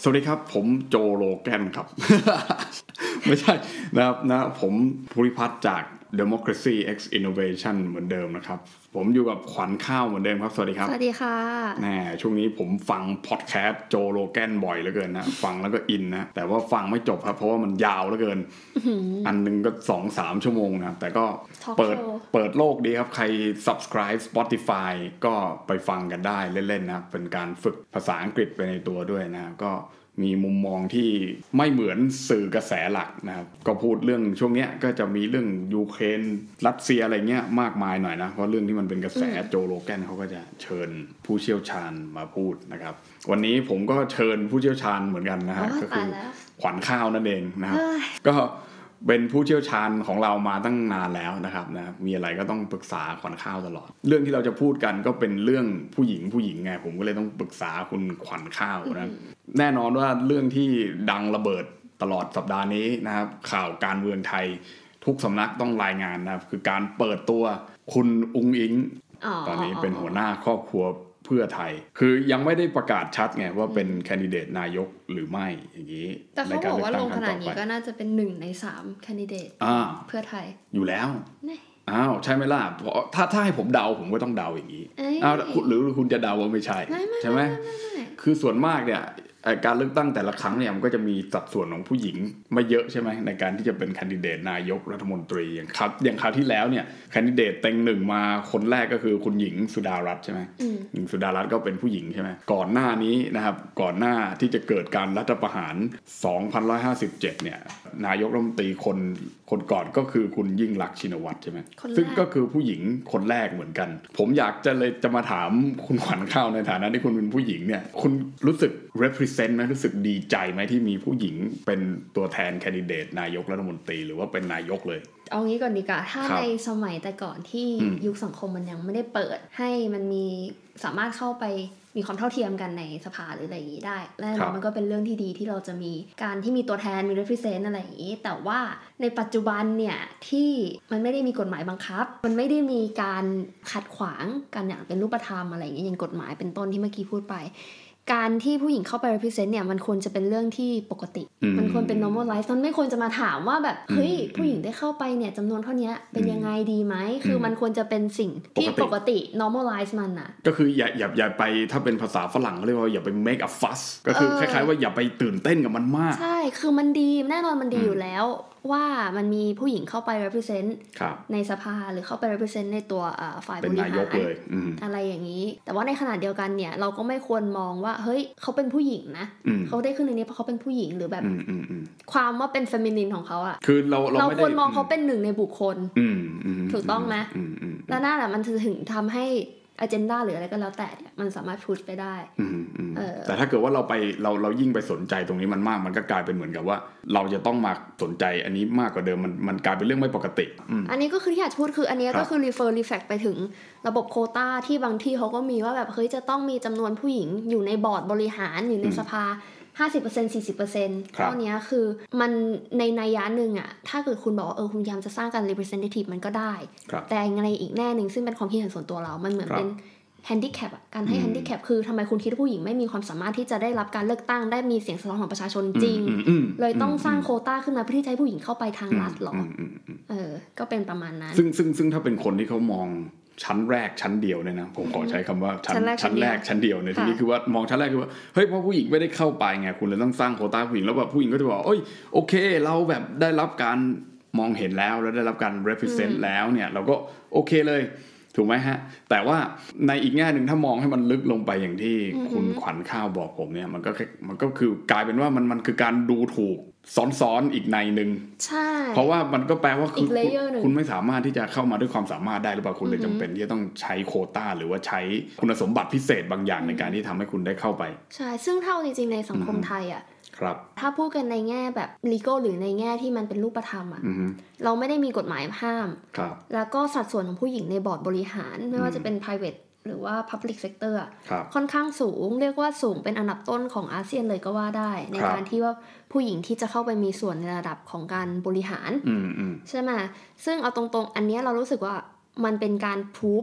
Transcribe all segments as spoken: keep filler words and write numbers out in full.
วัสดีครับผมโจโลแกนครับ ไม่ใช่นะครับนะผมภูริพัฒน์จาก Democracy X Innovation เหมือนเดิมนะครับผมอยู่กับขวัญข้าวเหมือนเดิมครับสวัสดีครับสวัสดีค่ะแน่ช่วงนี้ผมฟังพอดแคสต์โจโลแกนบ่อยเหลือเกินนะฟังแล้วก็อินนะแต่ว่าฟังไม่จบครับเพราะว่ามันยาวเหลือเกิน อันนึงก็ สองถึงสาม ชั่วโมงนะแต่ก็เปิดเปิดโลกดีครับใคร Subscribe Spotify ก็ไปฟังกันได้เล่นๆนะเป็นการฝึกภาษาอังกฤษไปในตัวด้วยนะก็มีมุมมองที่ไม่เหมือนสื่อกระแสหลักนะครับก็พูดเรื่องช่วงเนี้ยก็จะมีเรื่องยูเครนรัสเซียอะไรเงี้ยมากมายหน่อยนะเพราะเรื่องที่มันเป็นกระแสโจโลแกนเขาก็จะเชิญผู้เชี่ยวชาญมาพูดนะครับวันนี้ผมก็เชิญผู้เชี่ยวชาญเหมือนกันนะฮะก็คือขวัญข้าวนั่นเองนะครับก็เป็นผู้เชี่ยวชาญของเรามาตั้งนานแล้วนะครับนะมีอะไรก็ต้องปรึกษาขวัญข้าวตลอดเรื่องที่เราจะพูดกันก็เป็นเรื่องผู้หญิงผู้หญิงไงผมก็เลยต้องปรึกษาคุณขวัญข้าวนะแน่นอนว่าเรื่องที่ดังระเบิดตลอดสัปดาห์นี้นะครับข่าวการเมืองไทยทุกสำนักต้องรายงานนะครับคือการเปิดตัวคุณอุงอิงตอนนี้เป็นหัวหน้าครอบครัวเพื่อไทยคือยังไม่ได้ประกาศชัดไงว่าเป็นแคนดิเดตนายกหรือไม่อย่างนี้แต่เขาบอกว่าลงขนาดนี้ก็น่าจะเป็นหนึ่งในสามแคนดิเดตเพื่อไทยอยู่แล้วอ้าวใช่ไหมล่ะเพราะถ้าถ้าให้ผมเดาผมก็ต้องเดาอย่างนี้อ้าวหรือคุณจะเดาว่าไม่ใช่ใช่ไหมคือส่วนมากเนี่ยการเลือกตั้งแต่ละครั้งเนี่ยมันก็จะมีสัดส่วนของผู้หญิงไม่เยอะใช่ไหมในการที่จะเป็นแคนดิเดตนายกรัฐมนตรีอย่างครับอย่างคราวที่แล้วเนี่ยแคนดิเดตเต็งหนึ่งมาคนแรกก็คือคุณหญิงสุดารัตน์ใช่ไหมหญิงสุดารัตน์ก็เป็นผู้หญิงใช่ไหมก่อนหน้านี้นะครับก่อนหน้าที่จะเกิดการรัฐประหารสองพันหนึ่งร้อยห้าสิบเจ็ดเนี่ยนายกรัฐมนตรีคนคนก่อนก็คือคุณยิ่งลักษณ์ชินวัตรใช่ไหมซึ่งก็คือผู้หญิงคนแรกเหมือนกันผมอยากจะเลยจะมาถามคุณขวัญข้าวในฐานะที่คุณเป็นผู้หญิงเนี่ยคุณรู้สึก represent ไหมรู้สึกดีใจไหมที่มีผู้หญิงเป็นตัวแทนแคนดิเดตนายกรัฐมนตรีหรือว่าเป็นนายกเลยเอางี้ก่อนดีกว่าถ้าในสมัยแต่ก่อนที่ยุคสังคมมันยังไม่ได้เปิดให้มันมีสามารถเข้าไปมีความเท่าเทียมกันในสภาหรืออะไรอย่างนี้ได้และมันก็เป็นเรื่องที่ดีที่เราจะมีการที่มีตัวแทนมี represent อะไรอย่างนี้แต่ว่าในปัจจุบันเนี่ยที่มันไม่ได้มีกฎหมายบังคับมันไม่ได้มีการขัดขวางกันอย่างเป็นรูปธรรมอะไรอย่างเงี้ยอย่างกฎหมายเป็นต้นที่เมื่อกี้พูดไปการที่ผู้หญิงเข้าไป represent เนี่ยมันควรจะเป็นเรื่องที่ปกติมันควรเป็น normalize มันไม่ควรจะมาถามว่าแบบเฮ้ยผู้หญิงได้เข้าไปเนี่ยจำนวนเท่านี้เป็นยังไงดีไหมคือมันควรจะเป็นสิ่งที่ปกติ normalize มันน่ะก็คืออย่าอย่าอย่าไปถ้าเป็นภาษาฝรั่งเรียกว่าอย่าไป make a fuss ก็คือคล้ายๆว่าอย่าไปตื่นเต้นกับมันมากใช่คือมันดีแน่นอนมันดีอยู่แล้วว่ามันมีผู้หญิงเข้าไป represent ในสภาหรือเข้าไป represent ในตัวฝ่ายบริหารอะไรอย่างนี้แต่ว่าในขณะเดียวกันเนี่ยเราก็ไม่ควรมองว่าเฮ้ยเขาเป็นผู้หญิงนะเขาได้ขึ้นในนี้เพราะเขาเป็นผู้หญิงหรือแบบความว่าเป็น feminine ของเขาอะคือเราเราควรมองเขาเป็นหนึ่งในบุคคลถูกต้องไหมแล้วนั่นแหละมันถึงทำให้agenda หรืออะไรก็แล้วแต่เนี่ยมันสามารถพุชไปได้เออแต่ถ้าเกิดว่าเราไปเราเรายิ่งไปสนใจตรงนี้มันมากมันก็กลายเป็นเหมือนกับว่าเราจะต้องมาสนใจอันนี้มากกว่าเดิมมันมันกลายเป็นเรื่องไม่ปกติอันนี้ก็คือที่อยากพูดคืออันนี้ก็คือ refer reflect ไปถึงระบบโควต้าที่บางที่เขาก็มีว่าแบบเฮ้ยจะต้องมีจำนวนผู้หญิงอยู่ในบอร์ดบริหารอยู่ในสภาห้าสิบเปอร์เซ็นต์ สี่สิบเปอร์เซ็นต์ เท่านี้คือมันในนัยยะนึงอ่ะถ้าเกิดคุณบอกว่าเออคุณพยายามจะสร้างการ representative มันก็ได้แต่ในอีกแน่นึงซึ่งเป็นความคิดเห็นส่วนตัวเรามันเหมือนเป็นแฮนดิแคปอ่ะการให้แฮนดิแคปคือทำไมคุณคิดว่าผู้หญิงไม่มีความสามารถที่จะได้รับการเลือกตั้งได้มีเสียงสะท้อนของประชาชนจริงเลยต้องสร้างโควต้าขึ้นมาเพื่อที่จะให้ผู้หญิงเข้าไปทางลัดหรอเออก็เป็นประมาณนั้นซึ่งซึ่งซึ่งถ้าเป็นคนที่เขามองชั้นแรกชั้นเดียวเนี่ยนะผมขอใช้คำว่าชั้นชั้นแรกชั้นเดียวในที่นี้คือว่ามองชั้นแรกคือว่าเฮ้ยเพราะผู้หญิงไม่ได้เข้าไปไงคุณเลยต้องสร้างโควต้าผู้หญิงแล้วแบบผู้หญิงก็จะบอกเอ้ยโอเคเราแบบได้รับการมองเห็นแล้วแล้วได้รับการ represent แล้วเนี่ยเราก็โอเคเลยถูกไหมฮะแต่ว่าในอีกแง่หนึ่งถ้ามองให้มันลึกลงไปอย่างที่คุณขวัญข้าวบอกผมเนี่ยมันก็มันก็คือกลายเป็นว่ามันมันคือการดูถูกซ้อนๆอีกในนึงใช่เพราะว่ามันก็แปลว่าคือคุณไม่สามารถที่จะเข้ามาด้วยความสามารถได้หรือเปล่าคุณเลยจำเป็นที่จะต้องใช้โควต้าหรือว่าใช้คุณสมบัติพิเศษบางอย่างในการที่ทำให้คุณได้เข้าไปใช่ซึ่งเท่าจริงๆในสังคมไทยอ่ะถ้าพูดกันในแง่แบบ legal หรือในแง่ที่มันเป็นรูปธรรมอ่ะเราไม่ได้มีกฎหมายห้ามแล้วก็สัดส่วนของผู้หญิงในบอร์ดบริหารไม่ว่าจะเป็น private หรือว่า public sector ค่อนข้างสูงเรียกว่าสูงเป็นอันดับต้นของอาเซียนเลยก็ว่าได้ในการที่ว่าผู้หญิงที่จะเข้าไปมีส่วนในระดับของการบริหารใช่ไหมซึ่งเอาตรงๆอันนี้เรารู้สึกว่ามันเป็นการ prove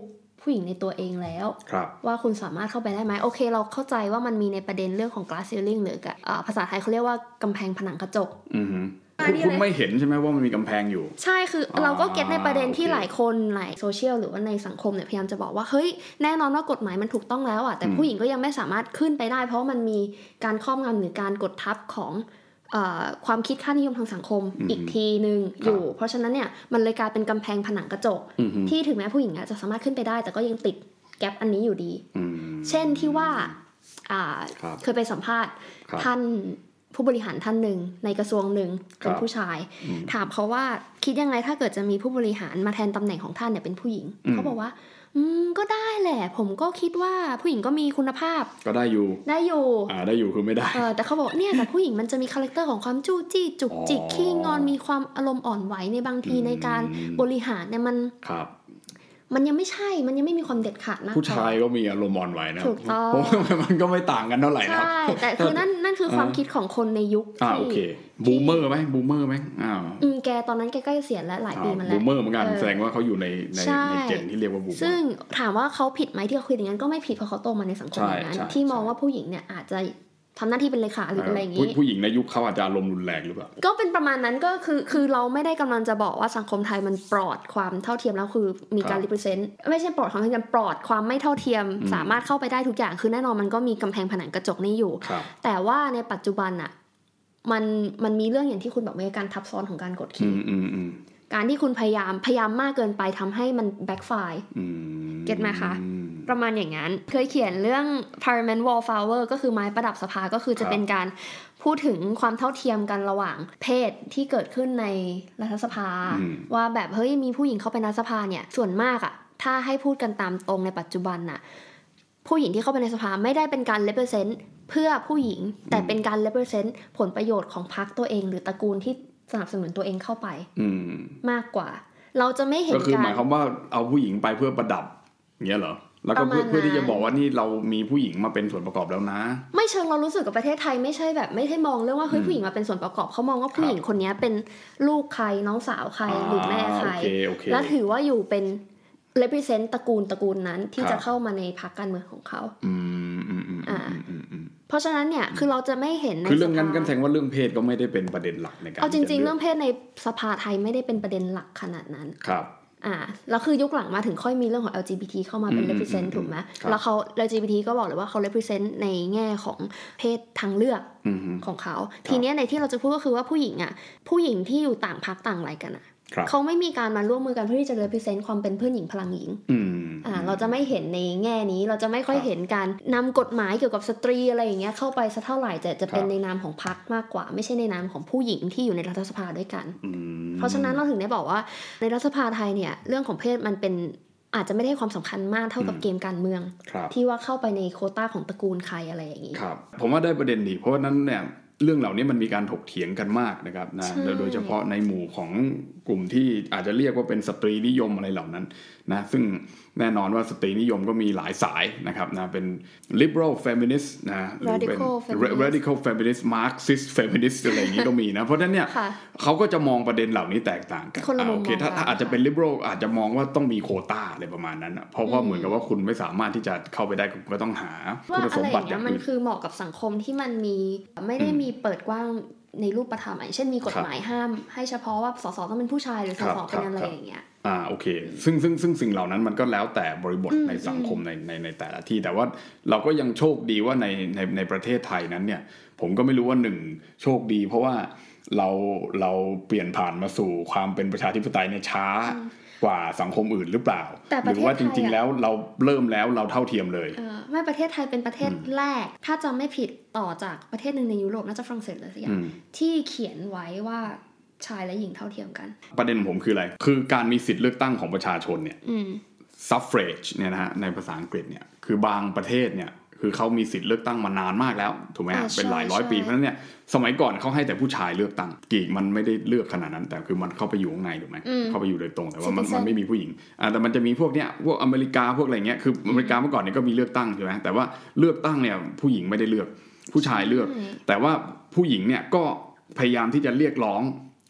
ผู้หญิงในตัวเองแล้วว่าคุณสามารถเข้าไปได้ไหมโอเคเราเข้าใจว่ามันมีในประเด็นเรื่องของ glass ceiling หรือกับภาษาไทยเขาเรียกว่ากำแพงผนังกระจกอือฮึคุณไม่เห็นใช่ไหมว่ามันมีกำแพงอยู่ใช่คือเราก็เก็ตในประเด็นที่หลายคนหลายโซเชียลหรือว่าในสังคมเนี่ยพยายามจะบอกว่าเฮ้ยแน่นอนว่ากฎหมายมันถูกต้องแล้วอ่ะแต่ผู้หญิงก็ยังไม่สามารถขึ้นไปได้เพราะมันมีการครอบงำหรือการกดทับของความคิดค่านิยมทางสังคมอีกทีนึงอยู่เพราะฉะนั้นเนี่ยมันเลยกลายเป็นกำแพงผนังกระจกที่ถึงแม้ผู้หญิงจะสามารถขึ้นไปได้แต่ก็ยังติดแกปอันนี้อยู่ดีเช่นที่ว่าเคยไปสัมภาษณ์ท่านผู้บริหารท่านหนึ่งในกระทรวงหนึ่งเป็นผู้ชายถามเขาว่าคิดยังไงถ้าเกิดจะมีผู้บริหารมาแทนตำแหน่งของท่านเนี่ยเป็นผู้หญิงเขาบอกว่าอืมก็ได้แหละผมก็คิดว่าผู้หญิงก็มีคุณภาพก็ได้อยู่ได้อยู่อ่าได้อยู่คือไม่ได้เออแต่เขาบอกเนี่ยแต่ผู้หญิงมันจะมีคาแรคเตอร์ของความจู้จี้จุกจิกขี้งอนมีความอารมณ์อ่อนไหวในบางทีในการบริหารเนี่ยมันครับมันยังไม่ใช่มันยังไม่มีความเด็ดขาดนะผู้ชายก็มีอารมณ์อ่อนไหวนะถูกต้องมันก็ไม่ต่างกันเท่าไหร่นะใช่แต่คือนั่นนั่นคือความคิดของคนในยุคอ่าโอเคบูมเมอร์ไหมบูมเมอร์ไหมอ้าวอืมแกตอนนั้นแกใกล้เสียแล้วหลายปีมาแล้วบูมเมอร์เหมือนกันแสดงว่าเขาอยู่ในในในเจนที่เรียกว่าบูมเมอร์ซึ่งถามว่าเขาผิดไหมที่เขาคุยอย่างนั้นก็ไม่ผิดเพราะเขาโตมาในสังคมอย่างนั้นที่มองว่าผู้หญิงเนี่ยอาจจะทำหน้าที่เป็นเลขาหรืออะไรอย่างนี้ผู้หญิงในยุคเขาอาจจะอารมณ์รุนแรงหรือเปล่าก็เป็นประมาณนั้นก็คือคือเราไม่ได้กำลังจะบอกว่าสังคมไทยมันปลอดความเท่าเทียมแล้วคือมีการ represent ไม่ใช่ปลอดความเท่าเทียมปลอดความไม่เท่าเทียมสามารถเข้าไปได้ทุกอย่างคือแน่นอนมันก็มีกำแพงผนังกระจกนี้อยู่แต่ว่าในปัจจุบันอะมันมันมีเรื่องอย่างที่คุณบอกมีการทับซ้อนของการกดขี่การที่คุณพยายามพยายามมากเกินไปทำให้มัน backfire เก็ทไหมคะประมาณอย่างนั้นเคยเขียนเรื่อง Parliament Wallflower ก็คือไม้ประดับสภาก็คือจะเป็นการพูดถึงความเท่าเทียมกันระหว่างเพศที่เกิดขึ้นในรัฐสภาว่าแบบเฮ้ยมีผู้หญิงเข้าไปในรัฐสภาเนี่ยส่วนมากอะถ้าให้พูดกันตามตรงในปัจจุบันน่ะผู้หญิงที่เข้าไปในสภาไม่ได้เป็นการ represent เพื่อผู้หญิงแต่เป็นการ represent ผลประโยชน์ของพรรคตัวเองหรือตระกูลที่สนับสนุนตัวเองเข้าไปมากกว่าเราจะไม่เห็นก็คือหมายความว่าเอาผู้หญิงไปเพื่อประดับอย่างเงี้ยเหรอแล้วก็เพื่อเพื่อที่จะบอกว่านี่เรามีผู้หญิงมาเป็นส่วนประกอบแล้วนะไม่เชิงเรารู้สึกกับประเทศไทยไม่ใช่แบบไม่ได้มองเรื่องว่าเฮ้ยผู้หญิงมาเป็นส่วนประกอบเขามองว่าผู้หญิงคนนี้เป็นลูกใครน้องสาวใครหรือแม่ใครและถือว่าอยู่เป็น represent ตระกูลตระกูลนั้นที่จะเข้ามาในพรรคการเมืองของเขาอืมอืมอืมอ่าเพราะฉะนั้นเนี่ยคือเราจะไม่เห็นในคือเรื่องนั้นกันแสดงว่าเรื่องเพศก็ไม่ได้เป็นประเด็นหลักในการเอาจริงๆเรื่องเพศในสภาไทยไม่ได้เป็นประเด็นหลักขนาดนั้นครับอ่าแล้วคือยุคหลังมาถึงค่อยมีเรื่องของ แอล จี บี ที เข้ามาเป็น represent ถูกไหมแล้วเขา แอล จี บี ที ก็บอกเลยว่าเขา represent ในแง่ของเพศทางเลือกของเขาทีนี้ในที่เราจะพูดก็คือว่าผู้หญิงอ่ะผู้หญิงที่อยู่ต่างพรรคต่างอะไรกันอ่ะเขาไม่มีการมาร่วมมือกันเพื่อที่จะ represent ความเป็นเพื่อนหญิงพลังหญิงอ่าเราจะไม่เห็นในแง่นี้เราจะไม่ค่อยเห็นการนำกฎหมายเกี่ยวกับสตรีอะไรอย่างเงี้ยเข้าไปสักเท่าไหร่จะจะเป็นในนามของพรรคมากกว่าไม่ใช่ในนามของผู้หญิงที่อยู่ในรัฐสภาด้วยกันเพราะฉะนั้นเราถึงได้บอกว่าในรัฐสภาไทยเนี่ยเรื่องของเพศมันเป็นอาจจะไม่ได้ความสำคัญมากเท่ากับเกมการเมืองที่ว่าเข้าไปในโควต้าของตระกูลใครอะไรอย่างนี้ครับผมว่าได้ประเด็นดีเพราะว่านั้นเนี่ยเรื่องเหล่านี้มันมีการถกเถียงกันมากนะครับนะโดยเฉพาะในหมู่ของกลุ่มที่อาจจะเรียกว่าเป็นสตรีนิยมอะไรเหล่านั้นนะซึ่งแน่นอนว่าสตรีนิยมก็มีหลายสายนะครับนะเป็น liberal feminist นะหรือเป็น radical feminist marxist feminist อะไรอย่างนี้ก็มีนะเพราะฉะนั้นเนี่ยเขาก็จะมองประเด็นเหล่านี้แตกต่างกันโอเคถ้าอาจจะเป็น liberal อาจจะมองว่าต้องมีโควต้าอะไรประมาณนั้นเพราะว่าเหมือนกับว่าคุณไม่สามารถที่จะเข้าไปได้ก็ต้องหาคุณสมบัติอย่างอื่นมันคือเหมาะกับสังคมที่มันมีไม่ได้มีเปิดกว้างในรูปธรรมเช่นมีกฎหมายห้ามให้เฉพาะว่าสสต้องเป็นผู้ชายหรือสสเป็นอะไรอย่างเงี้ยอ่าโอเคซึ่งซึ่งซึ่งสิ่งเหล่านั้นมันก็แล้วแต่บริบทในสังคมในในในแต่ละที่แต่ว่าเราก็ยังโชคดีว่าในในในประเทศไทยนั้นเนี่ยผมก็ไม่รู้ว่าหนึ่งโชคดีเพราะว่าเราเราเปลี่ยนผ่านมาสู่ความเป็นประชาธิปไตยในช้ากว่าสังคมอื่นหรือเปล่าหรือว่าจริงๆแล้วเราเริ่มแล้วเราเท่าเทียมเลยเออไม่ประเทศไทยเป็นประเทศแรกถ้าจำไม่ผิดต่อจากประเทศนึงในยุโรปน่าจะฝรั่งเศสเลยสักอย่างที่เขียนไว้ว่าชายและหญิงเท่าเทียมกันประเด็นของผมคืออะไรคือการมีสิทธิเลือกตั้งของประชาชนเนี่ย suffrage เนี่ยนะฮะในภาษาอังกฤษเนี่ยคือบางประเทศเนี่ยคือเขามีสิทธิ์เลือกตั้งมานานมากแล้วถูกไหมฮะเป็นหลายร้อยปีเพราะฉะนั้นเนี่ยสมัยก่อนเขาให้แต่ผู้ชายเลือกตั้งกีกมันไม่ได้เลือกขนาดนั้นแต่คือมันเข้าไปอยู่ข้างในถูกไหมเข้าไปอยู่โดยตรงแต่ว่ามันมันไม่มีผู้หญิงอ่าแต่มันจะมีพวกเนี้ยพวกอเมริกาพวกอะไรเงี้ยคืออเมริกาเมื่อก่อนเนี่ยก็มีเลือกตั้งใช่ไหมแต่ว่าเลือกตั้งเนี่ยผู้หญิงไม่ได้เลือกผู้ชายเลือกแต่ว่าผู้หญิงเนี่ยก็พยายามที่จะเรียกร้อง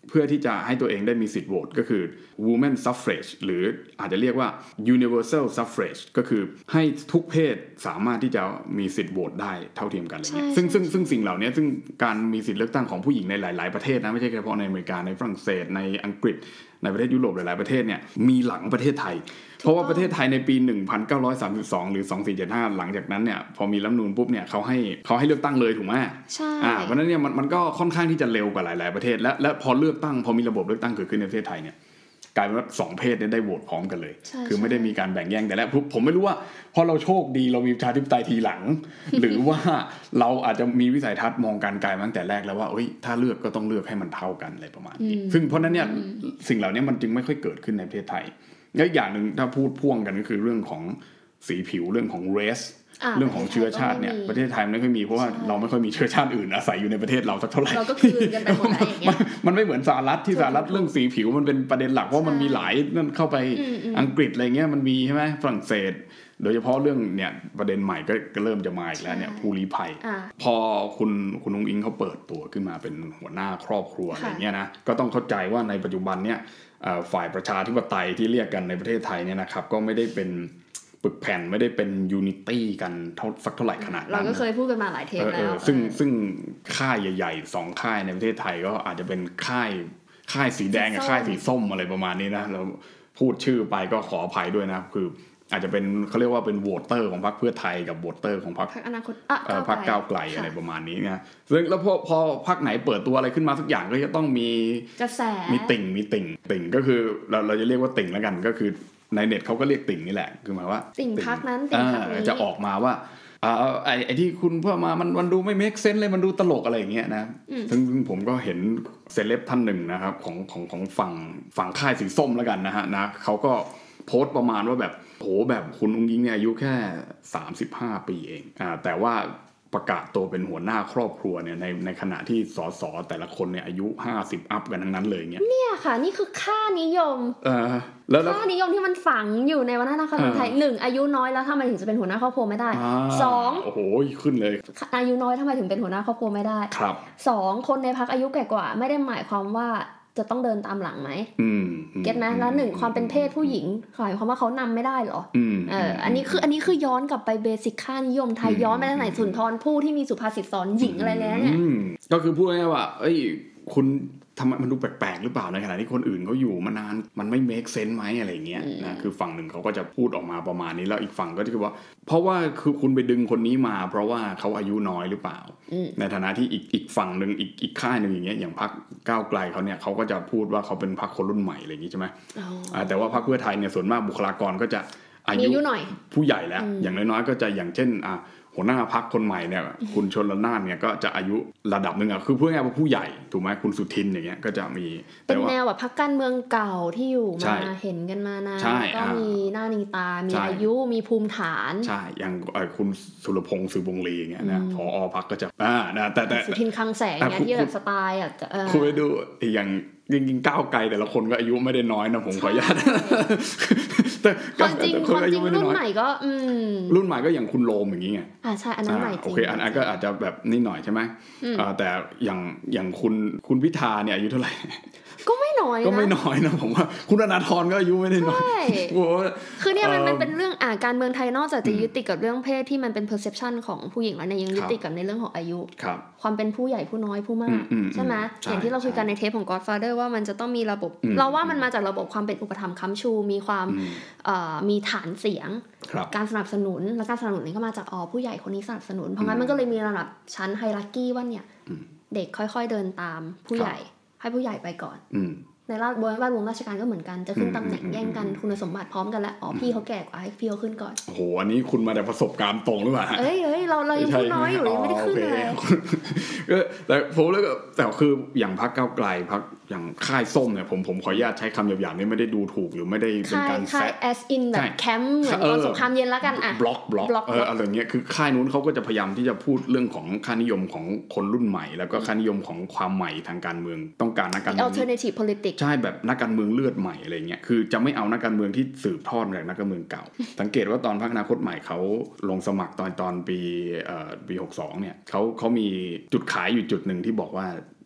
เพื่อที่จะให้ตัวเองได้มีสิทธิ์โหวตก็คือ women suffrage หรืออาจจะเรียกว่า universal suffrage ก็คือให้ทุกเพศสามารถที่จะมีสิทธิ์โหวตได้เท่าเทียมกันอะไรเงี้ยซึ่งซึ่งซึ่งสิ่งเหล่านี้ซึ่งการมีสิทธิ์เลือกตั้งของผู้หญิงในหลายๆประเทศนะไม่ใช่เฉพาะในอเมริกาในฝรั่งเศสในอังกฤษในประเทศยุโรปหลายๆประเทศเนี่ยมีหลังประเทศไทยเพราะว่าประเทศไทยในปีหนึ่งพันเก้าร้อยสามสิบสองหรือสองพันสี่ร้อยเจ็ดสิบห้าหลังจากนั้นเนี่ยพอมีรัฐธรรมนูญปุ๊บเนี่ยเขาให้เขาให้เลือกตั้งเลยถูกมั้ยใช่อ่าเพราะฉะนั้นเนี่ยมันมันก็ค่อนข้างที่จะเร็วกว่าหลายๆประเทศและและพอเลือกตั้งพอมีระบบเลือกตั้งเกิดขึ้นในประเทศไทยเนี่ยกลายเป็นว่าสองเพศเนี่ยได้โหวตพร้อมกันเลยคือไม่ได้มีการแบ่งแยกแต่แรกผมไม่รู้ว่าพอเราโชคดีเรามีประชาธิปไตยทีหลัง หรือว่าเราอาจจะมีวิสัยทัศน์มองการไกลมาตั้งแต่แรกแล้วว่าเอ้ยถ้าเลือกก็ต้องเลือกให้มันเท่ากันอะไรประมาณนี้ซึ่งเพราะนั้นเนี่ยสิ่งเหล่านี้มันจึงไม่ค่อยเกิดขึ้นในประเทศไทยและอีกอย่างนึงถ้าพูดพ่วงกันก็คือเรื่องของสีผิวเรื่องของ race เรื่องของเชื้อชาติเนี่ยประเทศไทยไม่ค่อยมีเพราะว่าเราไม่ค่อยมีเชื้อชาติอื่นอาศัยอยู่ในประเทศเราสักเท่าไหร่เราก็คืนกันไปหมดอะไรอย่างเงี้ยมันไม่เหมือนสหรัฐที่สหรัฐเรื่องสีผิวมันเป็นประเด็นหลักเพราะมันมีหลายนั่นเข้าไปอังกฤษอะไรเงี้ยมันมีใช่ไหมฝรั่งเศสโดยเฉพาะเรื่องเนี่ยประเด็นใหม่ก็เริ่มจะมาอีกแล้วเนี่ยผู้ลี้ภัยพอคุณคุณนุ้งอิงเขาเปิดตัวขึ้นมาเป็นหัวหน้าครอบครัวอะไรเงี้ยนะก็ต้องเข้าใจว่าในปัจจุบันเนี่ยฝ่ายประชาธิปไตยที่เรียกกันในประเทศไทยเนี่ยนะครับก็ไม่ได้เป็นปึกแผ่นไม่ได้เป็นยูนิตี้กันเท่าสักเท่าไหร่ขนาดนั้นเราก็เคยพูดกันมาหลายเทปแล้วซึ่งซึ่งค่ายใหญ่ๆสองค่ายในประเทศไทยก็อาจจะเป็นค่ายค่ายสีแดงกับค่ายสีส้มอะไรประมาณนี้นะเราพูดชื่อไปก็ขออภัยด้วยนะคืออาจจะเป็นเขาเรียกว่าเป็นโหวตเตอร์ของพรรคเพื่อไทยกับโหวตเตอร์ของพรรคอนาคตพรรคก้าวไกลอะไรประมาณนี้นะซึ่งแล้วพอพอพรรคไหนเปิดตัวอะไรขึ้นมาสักอย่างก็จะต้องมีกระแสมีติ่งมีติ่งติ่งก็คือเราเราจะเรียกว่าติ่งแล้วกันก็คือในเน็ตเขาก็เรียกติ่งนี่แหละคือหมายว่าติ่งพรรคนั้นติ่งพรรคนี้จะออกมาว่าอ่าไอ้ไอ้ที่คุณเพิ่มมามันมันดูไม่เมคเซนส์เลยมันดูตลกอะไรอย่างเงี้ยนะซึ่งผมก็เห็นเซเลบท่านหนึ่งนะครับของของของฝั่งฝั่งค่ายสีส้มแล้วกันนะฮะนะเขาก็โพสต์ประมาณว่าแบบโหแบบคุณอุ้งอิงเนี่ยอายุแค่สามสิบห้าปีเองอ่าแต่ว่าประกาศตัวเป็นหัวหน้าครอบครัวเนี่ยในในขณะที่สสแต่ละคนเนี่ยอายุห้าสิบอัพกันทั้งนั้นเลยเงี้ยเนี่ยค่ะนี่คือค่านิยมเออแล้วค่านิยมที่มันฝังอยู่ในวัฒนธรรมไทยหนึ่งอายุน้อยแล้วทำไมถึงจะเป็นหัวหน้าครอบครัวไม่ได้สองโอ้โหขึ้นเลยอายุน้อยทำไมถึงเป็นหัวหน้าครอบครัวไม่ได้ครับสองคนในพรรคอายุแก่กว่าไม่ได้หมายความว่าจะต้องเดินตามหลังไหมเก็ตไหมแล้วหนึ่งความเป็นเพศผู้หญิงหมายความว่าเขานำไม่ได้หรอเอออันนี้คืออันนี้คือย้อนกลับไปเบสิกค่านิยมไทยย้อนไปตั้งแต่สุนทรภู่ที่มีสุภาษิตสอนหญิงอะไรแล้วเนี่ยก็คือพูดง่ายๆว่าเอ้ยคุณทำไมมันดูแปลกๆหรือเปล่าในขณะที่คนอื่นเขาอยู่มานานมันไม่เมคเซนส์ไหมอะไรเงี้ยนะคือฝั่งหนึ่งเขาก็จะพูดออกมาประมาณนี้แล้วอีกฝั่งก็จะคือว่าเพราะว่าคือคุณไปดึงคนนี้มาเพราะว่าเขาอายุน้อยหรือเปล่าในฐานะที่อีกอีกฝั่งนึงอีกอีกค่ายนึงอย่างเงี้ยอย่างพรรคก้าวไกลเขาเนี่ยเขาก็จะพูดว่าเขาเป็นพรรคคนรุ่นใหม่อะไรอย่างงี้ใช่ไหมแต่ว่าพรรคเพื่อไทยเนี่ยส่วนมากบุคลากรก็จะอายุหน่อยผู้ใหญ่แล้วอย่างน้อยๆก็จะอย่างเช่นอ่ะหัวหน้าพรรคคนใหม่เนี่ยคุณชลน่านเนี่ยก็จะอายุระดับนึงอ่ะคือพูดง่ายๆว่าผู้ใหญ่ถูกไหมคุณสุทินอย่างเงี้ยก็จะมีเป็นแนวแบบพรรคการเมืองเก่าที่อยู่มาเห็นกันมานานก็มีหน้ามีตามีอายุมีภูมิฐานใช่อย่างคุณสุรพงษ์สืบวงลีอย่างเงี้ยนะผอพรรคก็จะอ่านะแต่แต่สุทินคลังแสงเนี่ยที่แบบสไตล์อ่ะคุณไปดูอย่างจริงๆก้าวไกลแต่ละคนก็อายุไม่ได้น้อยนะผมขออนุญาตแต่ความจริงความจริงรุ่นใหม่ก็อืมรุ่นใหม่ก็อย่างคุณโรมอย่างงี้ไงอ่าใช่อันนั้นใหม่จริงโอเคอันนั้นก็อาจจะแบบนิดหน่อยใช่ไหมอ่าแต่อย่างอย่างคุณคุณพิธาเนี่ยอายุเท่าไหร่ก็ไม่น้อยนะก็ไม่น้อยนะผมว่าคุณอนาธรก็อายุไม่ได้น้อยใช่คือเนี่ยมันมันเป็นเรื่องอ่าการเมืองไทยนอกจากจะยึดติดกับเรื่องเพศที่มันเป็น perception ของผู้หญิงแล้วเนี่ยยังยึดติดกับในเรื่องของอายุความเป็นผู้ใหญ่ผู้น้อยผู้มากใช่ไหมอย่างที่เราคุยกันในเทปของ Godfather ว่ามันจะต้องมีระบบเราว่ามันมาจากระบบความเป็นอุปถัมภ์ค้ำชูมีความมีฐานเสียงการสนับสนุนและการสนับสนุนนี้ก็มาจากอ๋อผู้ใหญ่คนนี้สนับสนุนเพราะงั้นมันก็เลยมีระดับชั้นไฮรักกี้ว่าเนี่ยเด็กค่อยๆเดินตามผู้ใหญ่ให้ผู้ใหญ่ไปก่อนในราชวงศ์ราชวงศ์ราชการก็เหมือนกันจะขึ้นตำแหน่งแย่งกันคุณสมบัติพร้อมกันแล้วอ๋อพี่เขาแก่กว่าให้พี่เขาขึ้นก่อนโอ้โหอันนี้คุณมาแต่ประสบการณ์ตรงหรือเปล่าเอ้ยเอ้ยเราเรายังพูดน้อยอยู่ไม่ได้ขึ้นเลยก็แต่ผมแล้วก็แต่คืออย่างพรรคก้าวไกลพรรคอย่างค่ายส้มเนี่ยผมผมขออนุญาตใช้คำหยาบๆนี่ไม่ได้ดูถูกหรือไม่ได้เป็นการแซะ as in แบบแคมป์เหมือนตอนสงครามเย็นแล้วกันอ่ะบล็อกบล็อกเอออะไรเงี้ยคือค่ายนู้นเขาก็จะพยายามที่จะพูดเรื่องของค่านิยมของคนรุ่นใหม่แล้วก็ค่านิยมของความใหม่ทางการเมืองต้องการนักการเมือง alternative politics ใช่แบบนักการเมืองเลือดใหม่อะไรเงี้ยคือจะไม่เอานักการเมืองที่สืบทอดจากนักการเมืองเก่าสังเกตว่าตอนพรรคอนาคตใหม่เขาลงสมัครตอนตอนปีเอ่อปีหกสิบสองเนี่ยเขาเขามีจุดขายอยู่จุดนึงที่บอกว่า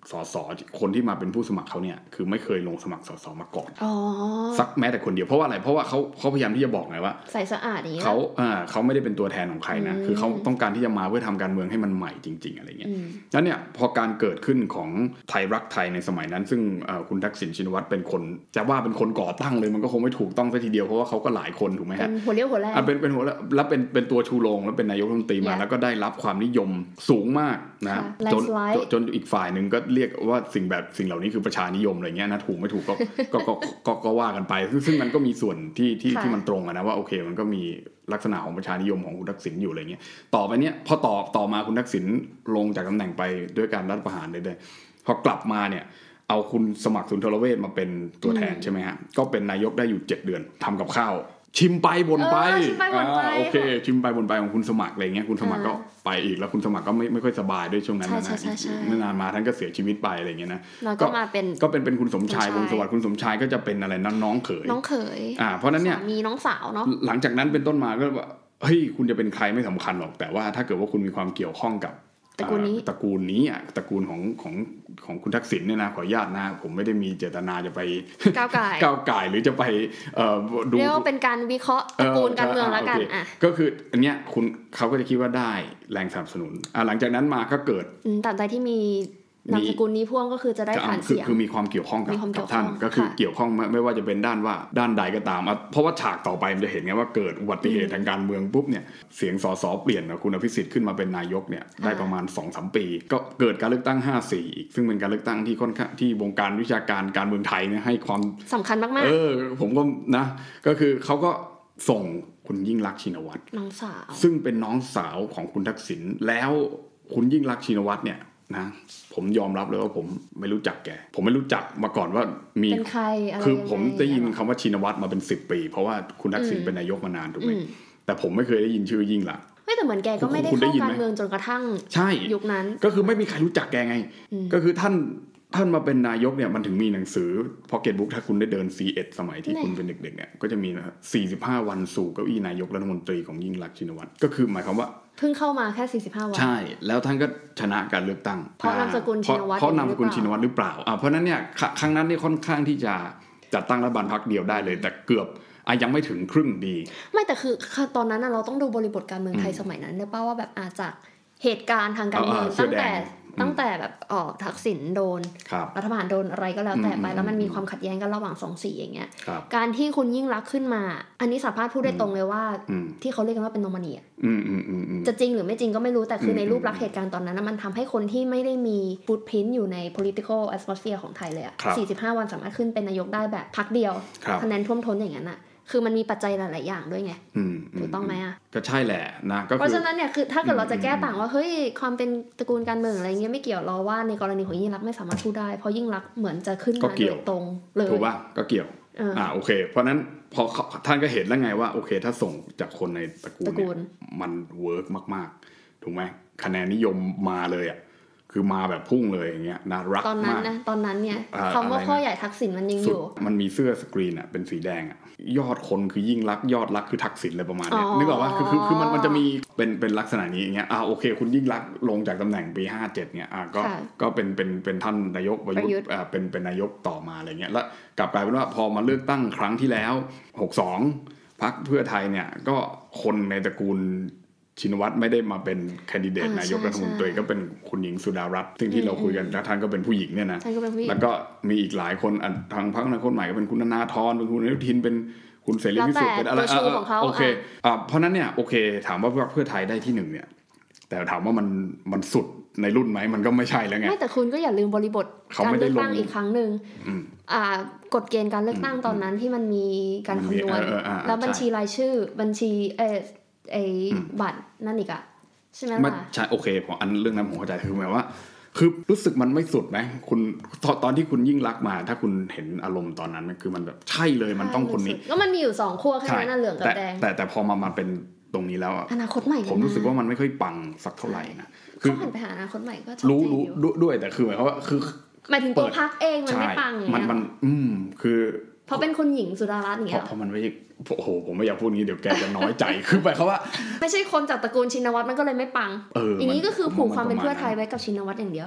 สสคนที่มาเป็นผู้สมัครเขาเนี่ยคือไม่เคยลงสมัครสสมาก่อนอ๋อสักแม้แต่คนเดียวเพราะว่าอะไรเพราะว่าเขาเขาพยายามที่จะบอกไงว่าใสสะอาดอย่างเงี้ยเขาอ่าเขาไม่ได้เป็นตัวแทนของใครนะคือเขาต้องการที่จะมาเพื่อทำการเมืองให้มันใหม่จริงๆอะไรเงี้ยแล้วเนี่ยพอการเกิดขึ้นของไทยรักไทยในสมัยนั้นซึ่งคุณทักษิณชินวัตรเป็นคนจะว่าเป็นคนก่อตั้งเลยมันก็คงไม่ถูกต้องซะทีเดียวเพราะว่าเขาก็หลายคนถูกไหมฮะเป็นหัวเลี้ยวหัวแรงเป็นเป็นหัวแล้วเป็นเป็นตัวชูโรงแล้วเป็นนายกรัฐมนตรีมาแล้วก็ได้รับความนิยมสูงมากนะจนจนอีกฝ่ายนึงก็เรียกว่าสิ่งแบบสิ่งเหล่านี้คือประชานิยมอะไรเงี้ยนะถูกไม่ถูกก็ก็ก็ก็ว่ากันไปซึ่งมันก็มีส่วนที่ที่ที่มันตรงนะว่าโอเคมันก็มีลักษณะของประชานิยมของคุณทักษิณอยู่อะไรเงี้ยต่อไปเนี้ยพอต่อต่อมาคุณทักษิณลงจากตำแหน่งไปด้วยการรัฐประหารเลยด้วยพอกลับมาเนี่ยเอาคุณสมัครสุนทรเวชมาเป็นตัวแทนใช่ไหมฮะก็เป็นนายกได้อยู่เจ็ดเดือนทำกับข้าวชิมไปบ่นไปอ่าโอเคชิมไปบ่นไปของคุณสมัครอะไรเงี้ยคุณสมัครก็ไปอีกแล้วคุณสมัครก็ไม่ไม่ค่อยสบายด้วยช่วงนั้นนะเมื่อนานมาท่านก็เสียชีวิตไปอะไรเงี้ยนะก็มาเป็นก็เป็นเป็นคุณสมชายวงศ์สวัสดิ์คุณสมชายก็จะเป็นอะไรน้องเขยน้องเขยอ่าเพราะนั้นเนี่ยมีน้องสาวเนาะหลังจากนั้นเป็นต้นมาก็ว่าเฮ้ยคุณจะเป็นใครไม่สำคัญหรอกแต่ว่าถ้าเกิดว่าคุณมีความเกี่ยวข้องกับตระกูลนี้ตระกูลนี้อ่ะตระกูลของของของคุณทักษิณเนี่ยนะขออนุญาตนะผมไม่ได้มีเจตนาจะไปก้าวไก่ก้าวไก่หรือจะไปเอ่อดูเรียกว่าเป็นการวิเคราะห์ตระกูลการเมืองแล้วกันอ่ะก็คืออันเนี้ยคุณเขาก็จะคิดว่าได้แรงสนับสนุนอ่ะหลังจากนั้นมาก็เกิดตามใจที่มีนามสกุลนี้พ่วงก็คือจะได้ฐานเสียงคือมีความเกี่ยวข้องกับท่านก็คือเกี่ยวข้องไม่ว่าจะเป็นด้านว่าด้านใดก็ตามเพราะว่าฉากต่อไปมันจะเห็นไงว่าเกิดอุบัติเหตุทางการเมืองปุ๊บเนี่ยเสียงสสเปลี่ยนคุณอภิสิทธิ์ขึ้นมาเป็นนายกเนี่ยได้ประมาณ สองถึงสาม ปีก็เกิดการเลือกตั้งห้าสี่อีกซึ่งเป็นการเลือกตั้งที่ค่อนข้างที่วงการวิชาการการเมืองไทยเนี่ยให้ความสำคัญมากๆเออผมก็นะก็คือเขาก็ส่งคุณยิ่งลักษณ์ชินวัตรน้องสาวซึ่งเป็นน้องสาวของคุณทักษิณแล้วคุณยิ่งลักษณ์ชินวัตรเนี่ยนะผมยอมรับเลยว่าผมไม่รู้จักแกผมไม่รู้จักมาก่อนว่ามีเป็นใครอะไรคือผมได้ยินคำว่าชินวัตรมาเป็นสิบปีเพราะว่าคุณทักษิณเป็นนายกมานานถูกไหมแต่ผมไม่เคยได้ยินชื่อยิ่งลักษณ์ไม่แต่เหมือนแกก็ไม่ได้เข้าการเมืองจนกระทั่งยุคนั้นก็คือไม่มีใครรู้จักแกไงก็คือท่านท่านมาเป็นนายกเนี่ยมันถึงมีหนังสือ Pocket Book ถ้าคุณได้เดิน ซี เอ็ด สมัยที่คุณเป็นเด็กๆเนี่ยก็จะมีนะสี่สิบห้าวันสู่เก้าอี้นายกรัฐมนตรีของยิ่งลักษณ์ชินวัตรก็คือหมายความว่าเพิ่งเข้ามาแค่สี่สิบห้าวันใช่แล้วท่านก็ชนะการเลือกตั้งเพราะนามสกุลชินวัตรเพราะนามสกุลชินวัตรหรือเปล่าอ่าเพราะนั้นเนี่ยครั้งนั้นนี่ค่อนข้างที่จะจัดตั้งรัฐบาลพรรคเดียวได้เลยแต่เกือบอ่ะยังไม่ถึงครึ่งดีไม่แต่คือตอนนั้นเราต้องดูบริบทการเมืองไทยสมัยนั้นเนี่ยป่ะว่าแบบอาจจะเหตุการณ์ทางการเมืองตั้งแต่ตั้งแต่แบบอ๋อทักษิณโดนรัฐบาลโดนอะไรก็แล้วแต่ไปแล้วมันมีความขัดแย้งกันระหว่างสองสีอย่างเงี้ยการที่คุณยิ่งลักษณ์ขึ้นมาอันนี้สามารถพูดได้ตรงเลยว่าที่เขาเรียกกันว่าเป็นโนมานีอ่ะจะจริงหรือไม่จริงก็ไม่รู้แต่คือในรูปลักษณ์เหตุการณ์ตอนนั้นมันทำให้คนที่ไม่ได้มีฟุตพริ้นท์อยู่ใน political atmosphere ของไทยเลยอ่ะสี่สิบห้าวันสามารถขึ้นเป็นนายกได้แบบพรรคเดียวคะแนนท่วมท้นอย่างนั้นอ่ะคือมันมีปัจจัยหลายๆอย่างด้วยไงถูกต้องไหมอ่ะก็ใช่แหละนะก็เพราะฉะนั้นเนี่ยคือถ้าเกิดเราจะแก้ต่างว่าเฮ้ยความเป็นตระกูลการเมืองอะไรเงี้ยไม่เกี่ยวเราว่าในกรณีของยิ่งลักษณ์ไม่สามารถพูดได้เพราะยิ่งลักษณ์เหมือนจะขึ้นมาโดยตรงเลยถูกป่ะก็เกี่ยวอ่าโอเคเพราะนั้นพอท่านก็เห็นแล้วไงว่าโอเคถ้าส่งจากคนในตระกูลเนี่ยมันเวิร์กมากๆถูกไหมคะแนนนิยมมาเลยอ่ะคือมาแบบพุ่งเลยอย่างเงี้ยน่ารักมากตอนนั้นนะตอนนั้นเนี่ยคำว่าพ่อใหญ่ทักษิณมันยังอยู่มันมีเสื้อสกรีนอ่ะเป็นสีแดงอ่ะยอดคนคือยิ่งรักยอดรักคือทักษิณอะไรประมาณนี้นึกออกว่าคือคือคือมันมันจะมีเป็นเป็นลักษณะนี้อย่างเงี้ยอ่าโอเคคุณยิ่งรักลงจากตำแหน่งปีห้าเจ็ดเนี่ยอ่าก็ก็เป็นเป็นเป็นท่านนายกประยุทธ์อ่าเป็นเป็นนายกต่อมาอะไรเงี้ยแล้วกลับกลายเป็นว่าพอมาเลือกตั้งครั้งที่แล้วหกสิบสองพรรคเพื่อไทยเนี่ยก็คนในตระกูลชินวัตรไม่ได้มาเป็นแคนดิเดตนายกรัฐมนตรีก็เป็นคุณหญิงสุดารัตน์ซึ่งที่เราคุยกันแล้วท่านก็เป็นผู้หญิงเนี่ยนะแล้วก็มีอีกหลายคนทางพรรคอนาคตใหม่ก็เป็นคุณธนาธรเป็นคุณอนุทินเป็นคุณเสรีพิสุทธิ์เป็นอะไรโอเคอ่าเพราะนั้นเนี่ยโอเคถามว่าเพื่อไทยได้ที่หนึ่งเนี่ยแต่ถามว่ามันมันสุดในรุ่นไหมมันก็ไม่ใช่แล้วไงไม่แต่คุณก็อย่าลืมบริบทการเลือกตั้งอีกครั้งนึงอ่ากฎเกณฑ์การเลือกตั้งตอนนั้นที่มันมีการคำนวณแล้วบัญชีรายชื่อบัญชีเออไอ้บัตรนั่นอีกอะใช่ไหมล่ะใช่โอเคผมอันเรื่องนั้นผมเข้าใจคือหมายว่าคือรู้สึกมันไม่สุดไหมคุณตอนที่คุณยิ่งรักมาถ้าคุณเห็นอารมณ์ตอนนั้นมันคือมันแบบใช่เลยมันต้องคนนี้ก็มันมีอยู่สองขั้วแค่นั้นเหลืองกับแดงแต่แต่พอมามาเป็นตรงนี้แล้วอนาคตใหม่ผมรู้สึกว่ามันไม่ค่อยปังสักเท่าไหร่นะคือหันไปหาอนาคตใหม่ก็ชัดเจนรู้รู้ด้วยแต่คือหมายความว่าคือหมายถึงตัวพรรคเองมันไม่ปังมันมันอืมคือเพราะเป็นคุณหญิงสุดารัตน์อย่างเงี้ยเพราะมันไม่โอ้โหผมไม่อยากพูดงี้เดี๋ยวแกจะน้อยใจคือหมายความว่าไม่ใช่คนจากตระกูลชินวัตรมันก็เลยไม่ปังอย่างนี้ก็คือผูกความเป็นเพื่อไทยไว้กับชินวัตรอย่างเดียว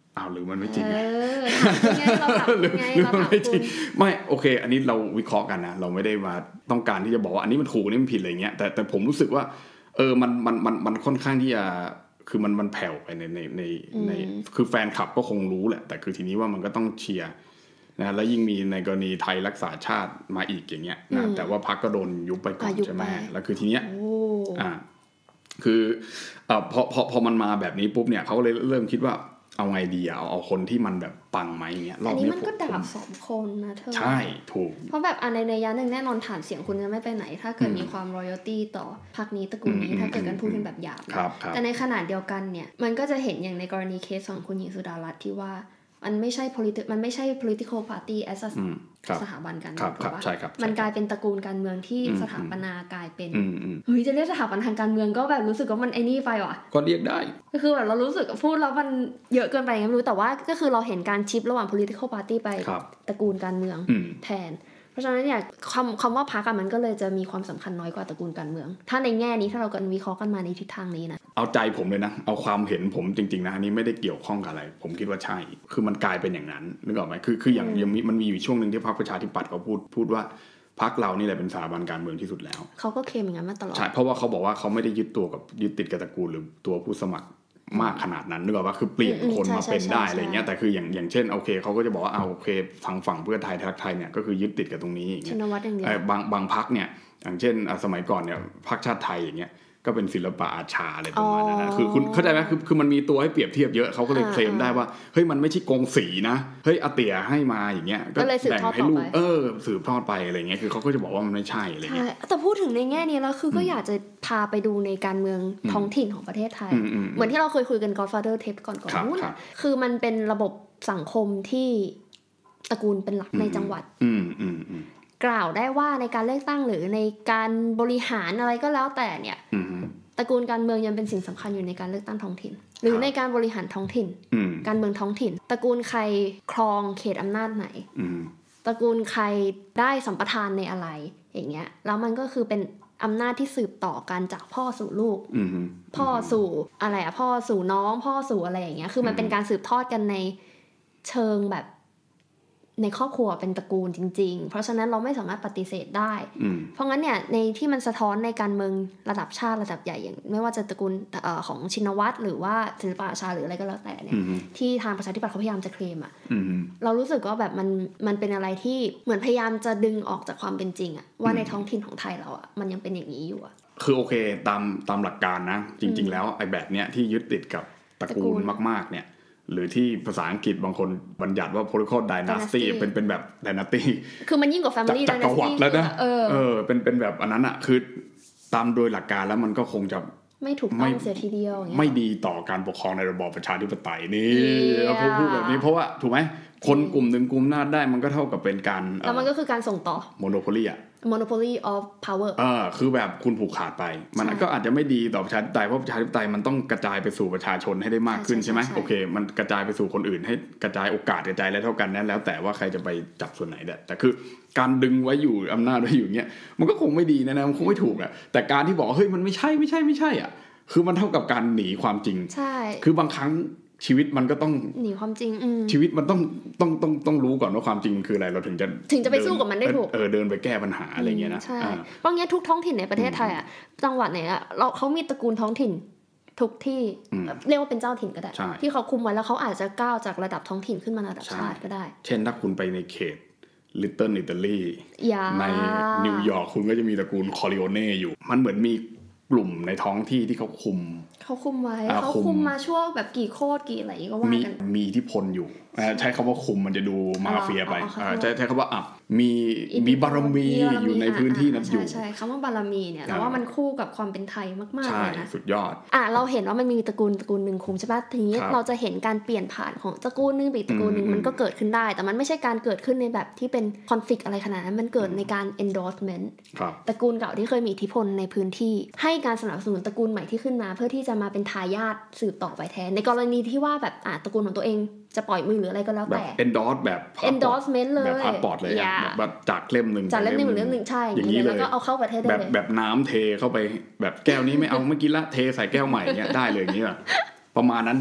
อ้าวหรือมันไม่จริงเออไงเราถามไงเราถามคุณไม่โอเคอันนี้เราวิเคราะห์กันนะเราไม่ได้มาต้องการที่จะบอกว่าอันนี้มันถูกอันนี้มันผิดอะไรเงี้ยแต่แต่ผมรู้สึกว่าเออมันมันมันมันค่อนข้างที่จะคือมันมันแผ่วไปในในในในคือแฟนคลับก็คงรู้แหละแต่คือทีนี้ว่ามันก็ต้องเชียร์นะแล้วยิ่งมีในกรณีไทยรักษาชาติมาอีกอย่างเงี้ยนะแต่ว่าพรรคก็โดนยุบไปก่อนใช่ไหมแล้วคือทีเนี้ยอ่าคือเอ่อพอพอพอมันมาแบบนี้ปุ๊บเนี่ยเขาก็เลยเริ่มคิดว่าเอาไงดีเอาเอาคนที่มันแบบปังไหมเงี้ยรอบนี้มันก็ดาบสองคนนะเธอใช่ถูกเพราะแบบอันในในยะนึงแน่นอนฐานเสียงคุณจะไม่ไปไหนถ้าเกิดมีความ royalty ต่อพรรคนี้ตระกูลนี้ถ้าเกิดกันพูดกันแบบหยาบแต่ในขณะเดียวกันเนี่ยมันก็จะเห็นอย่างในกรณีเคสของคุณหญิงสุดารัตน์ที่ว่ามันไม่ใช่ politi มันไม่ใช่ political party as a สถาบันการเมืองถูกป่ะมันกลายเป็นตระกูลการเมืองที่สถาปนากลายเป็นเฮ้ยจะเรียกสถาบันทางการเมืองก็แบบรู้สึกว่ามันไอ้นี่ไปว่ะก็เรียกได้ก็คือแบบเรารู้สึกพูดแล้วมันเยอะเกินไปไม่รู้แต่ว่าก็คือเราเห็นการชิประหว่าง political party ไปตระกูลการเมืองแทนเพราะฉะนั้นเนี่ยคำคำว่าพรรคมันก็เลยจะมีความสำคัญน้อยกว่าตระกูลการเมืองถ้าในแง่นี้ถ้าเรากันวิเคราะห์กันมาในทิศทางนี้นะเอาใจผมเลยนะเอาความเห็นผมจริงๆนะอันนี้ไม่ได้เกี่ยวข้องกับอะไรผมคิดว่าใช่คือมันกลายเป็นอย่างนั้นนึกออกไหมคือคืออย่างยังมีมันมีอยู่ช่วงนึงที่พรรคประชาธิปัตย์เขาพูดพูดว่าพรรคเรานี่แหละเป็นสถาบันการเมืองที่สุดแล้วเขาก็เคลมอย่างนั้นมาตลอดใช่เพราะว่าเขาบอกว่าเขาไม่ได้ยึดตัวกับยึดติดกับตระกูลหรือตัวผู้สมัครมากขนาดนั้นนึกออกป่ะคือเปลี่ยนคนมาเป็นได้อะไรเงี้ยแต่คืออย่างอย่างเช่นโอเคเขาก็จะบอกว่าเอาโอเคทางฝั่งเพื่อไทยทักไทยเนี่ยก็คือยึดติดกับตรงนี้อย่างเงี้ยบางบางพรรคเนี่ยอย่างเช่นสมัยก่อนเนี่ยพรรคชาติไทยอย่างเงี้ยก็เป็นศิลปะอาชาอะไรประมาณนั้นนะคือคุณเข้าใจไหมคือคือมันมีตัวให้เปรียบเทียบเยอะเขาก็เลยเคลมได้ว่าเฮ้ยมันไม่ใช่กงสีนะเฮ้ยอาเตี๋ยให้มาอย่างเงี้ยก็แบ่งให้ลูกเออสืบทอดไปอะไรเงี้ยคือเขาก็จะบอกว่ามันไม่ใช่อะไรเงี้ยแต่พูดถึงในแง่นี้แล้วคือก็อยากจะพาไปดูในการเมืองท้องถิ่นของประเทศไทยเหมือนที่เราเคยคุยกัน Godfather Tape ก่อนๆนู้นคือมันเป็นระบบสังคมที่ตระกูลเป็นหลักในจังหวัดกล่าวได้ว่าในการเลือกตั้งหรือในการบริหารอะไรก็แล้วแต่เนี่ยตระกูลการเมืองยังเป็นสิ่งสำคัญอยู่ในการเลือกตั้งท้องถิ่นหรือในการบริหารท้องถิ่นการเมืองท้องถิ่นตระกูลใครครองเขตอำนาจไหนตระกูลใครได้สัมปทานในอะไรอย่างเงี้ยแล้วมันก็คือเป็นอำนาจที่สืบต่อกันจากพ่อสู่ลูกพ่อสู่อะไรอะพ่อสู่น้องพ่อสู่อะไรอย่างเงี้ยคือมันเป็นการสืบทอดกันในเชิงแบบในครอบครัวเป็นตระกูลจริงๆเพราะฉะนั้นเราไม่สามารถปฏิเสธได้เพราะงั้นเนี่ยในที่มันสะท้อนในการเมืองระดับชาติระดับใหญ่อย่างไม่ว่าจะตระกูลเอ่อของชินวัตรหรือว่าศิลปอาชาหรืออะไรก็แล้วแต่เนี่ยที่ทางประชาธิปัตย์เขาพยายามจะเคลมอ่ะเรารู้สึกว่าแบบมันมันเป็นอะไรที่เหมือนพยายามจะดึงออกจากความเป็นจริงอ่ะว่าในท้องถิ่นของไทยเราอ่ะมันยังเป็นอย่างนี้อยู่อ่ะคือโอเคตามตามหลักการนะจริงๆแล้วไอ้แบบเนี้ยที่ยึดติดกับตระกูลมากๆเนี่ยหรือที่ภาษาอังกฤษบางคนบัญญัติว่า political dynasty เป็นเป็นแบบ dynasty คือมันยิ่งกว่า family dynasty จักรวรรดิแล้วนะเออเออเป็นเป็นแบบอันนั้นอ่ะคือตามโดยหลักการแล้วมันก็คงจะไม่ถูกต้องเสียทีเดียวอย่างเงี้ยไม่ดีต่อการปกครองในระบอบประชาธิปไตยนี่เราพูดแบบนี้เพราะว่าถูกไหมคนกลุ่มหนึ่งกลุ่มหน้าได้มันก็เท่ากับเป็นการแล้วมันก็คือการส่งต่อ monopoly อ่ะ monopoly of power เออคือแบบคุณผูกขาดไปมันก็อาจจะไม่ดีต่อประชาธิปไตยเพราะประชาธิปไตยมันต้องกระจายไปสู่ประชาชนให้ได้มากขึ้นใช่ไหมโอเคมันกระจายไปสู่คนอื่นให้กระจายโอกาสกระจายแล้วเท่ากันนั้นแล้วแต่ว่าใครจะไปจับส่วนไหนแต่แต่คือการดึงไว้อยู่อำนาจไว้อยู่เงี้ยมันก็คงไม่ดีนะนะมันคงไม่ถูกอะแต่การที่บอกเฮ้ยมันไม่ใช่ไม่ใช่ไม่ใช่อ่ะคือมันเท่ากับการหนีความจริงใช่คือบางครั้งชีวิตมันก็ต้องหนีความจริงชีวิตมันต้องต้องต้องต้องรู้ก่อนว่าความจริงคืออะไรเราถึงจะถึงจะไปสู้กับมันได้ถูกเออเดินไปแก้ปัญหาอะไรเงี้ยนะใช่เพราะงั้นทุกท้องถิ่นในประเทศไทยอ่ะจังหวัดไหนอ่ะเราเขามีตระกูลท้องถิ่นทุกที่เรียกว่าเป็นเจ้าถิ่นก็ได้ที่เขาคุมไว้แล้วเขาอาจจะก้าวจากระดับท้องถิ่นขึ้นมาระดับชาติก็ได้เช่นถ้าคุณไปในเขต Little Italy ในนิวยอร์กคุณก็จะมีตระกูลคอริโอเน่อยู่มันเหมือนมีกลุ่มในท้องที่ที่เขาคุมเขาคุมไว้เขาคุมมาช่วงแบบกี่โคตรกี่อะไรก็ว่ากันมีอิทธิพลอยู่ใช้คำว่าคุมมันจะดูมาเฟียไปใช้ใช้คำว่าอ่ะมีมีบารมีอยู่ในพื้นที่นั้นอยู่ใช่คำว่าบารมีเนี่ยเราว่ามันคู่กับความเป็นไทยมากๆเลยนะสุดยอดอ่ะเราเห็นว่ามันมีตระกูลตระกูลหนึ่งคุมใช่ป่ะทีนี้เราจะเห็นการเปลี่ยนผ่านของตระกูลนึงไปตระกูลนึงมันก็เกิดขึ้นได้แต่มันไม่ใช่การเกิดขึ้นในแบบที่เป็นคอนฟลิกต์อะไรขนาดนั้นมันเกิดในการ endorsement ตระกูลเก่าที่เคยมีอิทธิพลในพื้นที่ให้การสนับสนุนตระกูลใหม่ที่ขึ้นมาเพื่อที่จะมาเป็นทายาทสืบต่อไปแทนในกรณีที่ว่าแบบอ่ะตระกูลของตัวเองจะปล่อยมือหรืออะไรก็แล้วแต่ endorse แบบ endorsement เลยแบบพาสปอร์ตเลยแบบจากเล่มนึงจากเล่มนึงหรือเล่มนึงใช่อย่างนี้เลยแล้วก็เอาเข้าประเทศได้เลยแบบแบบน้ำเทเข้าไปแบบแก้วนี้ไม่เอาเมื่อกี้ละเทใส่แก้วใหม่เงี้ยได้เลยอย่างนี้ป่ะประมาณนั้นใช่ไหม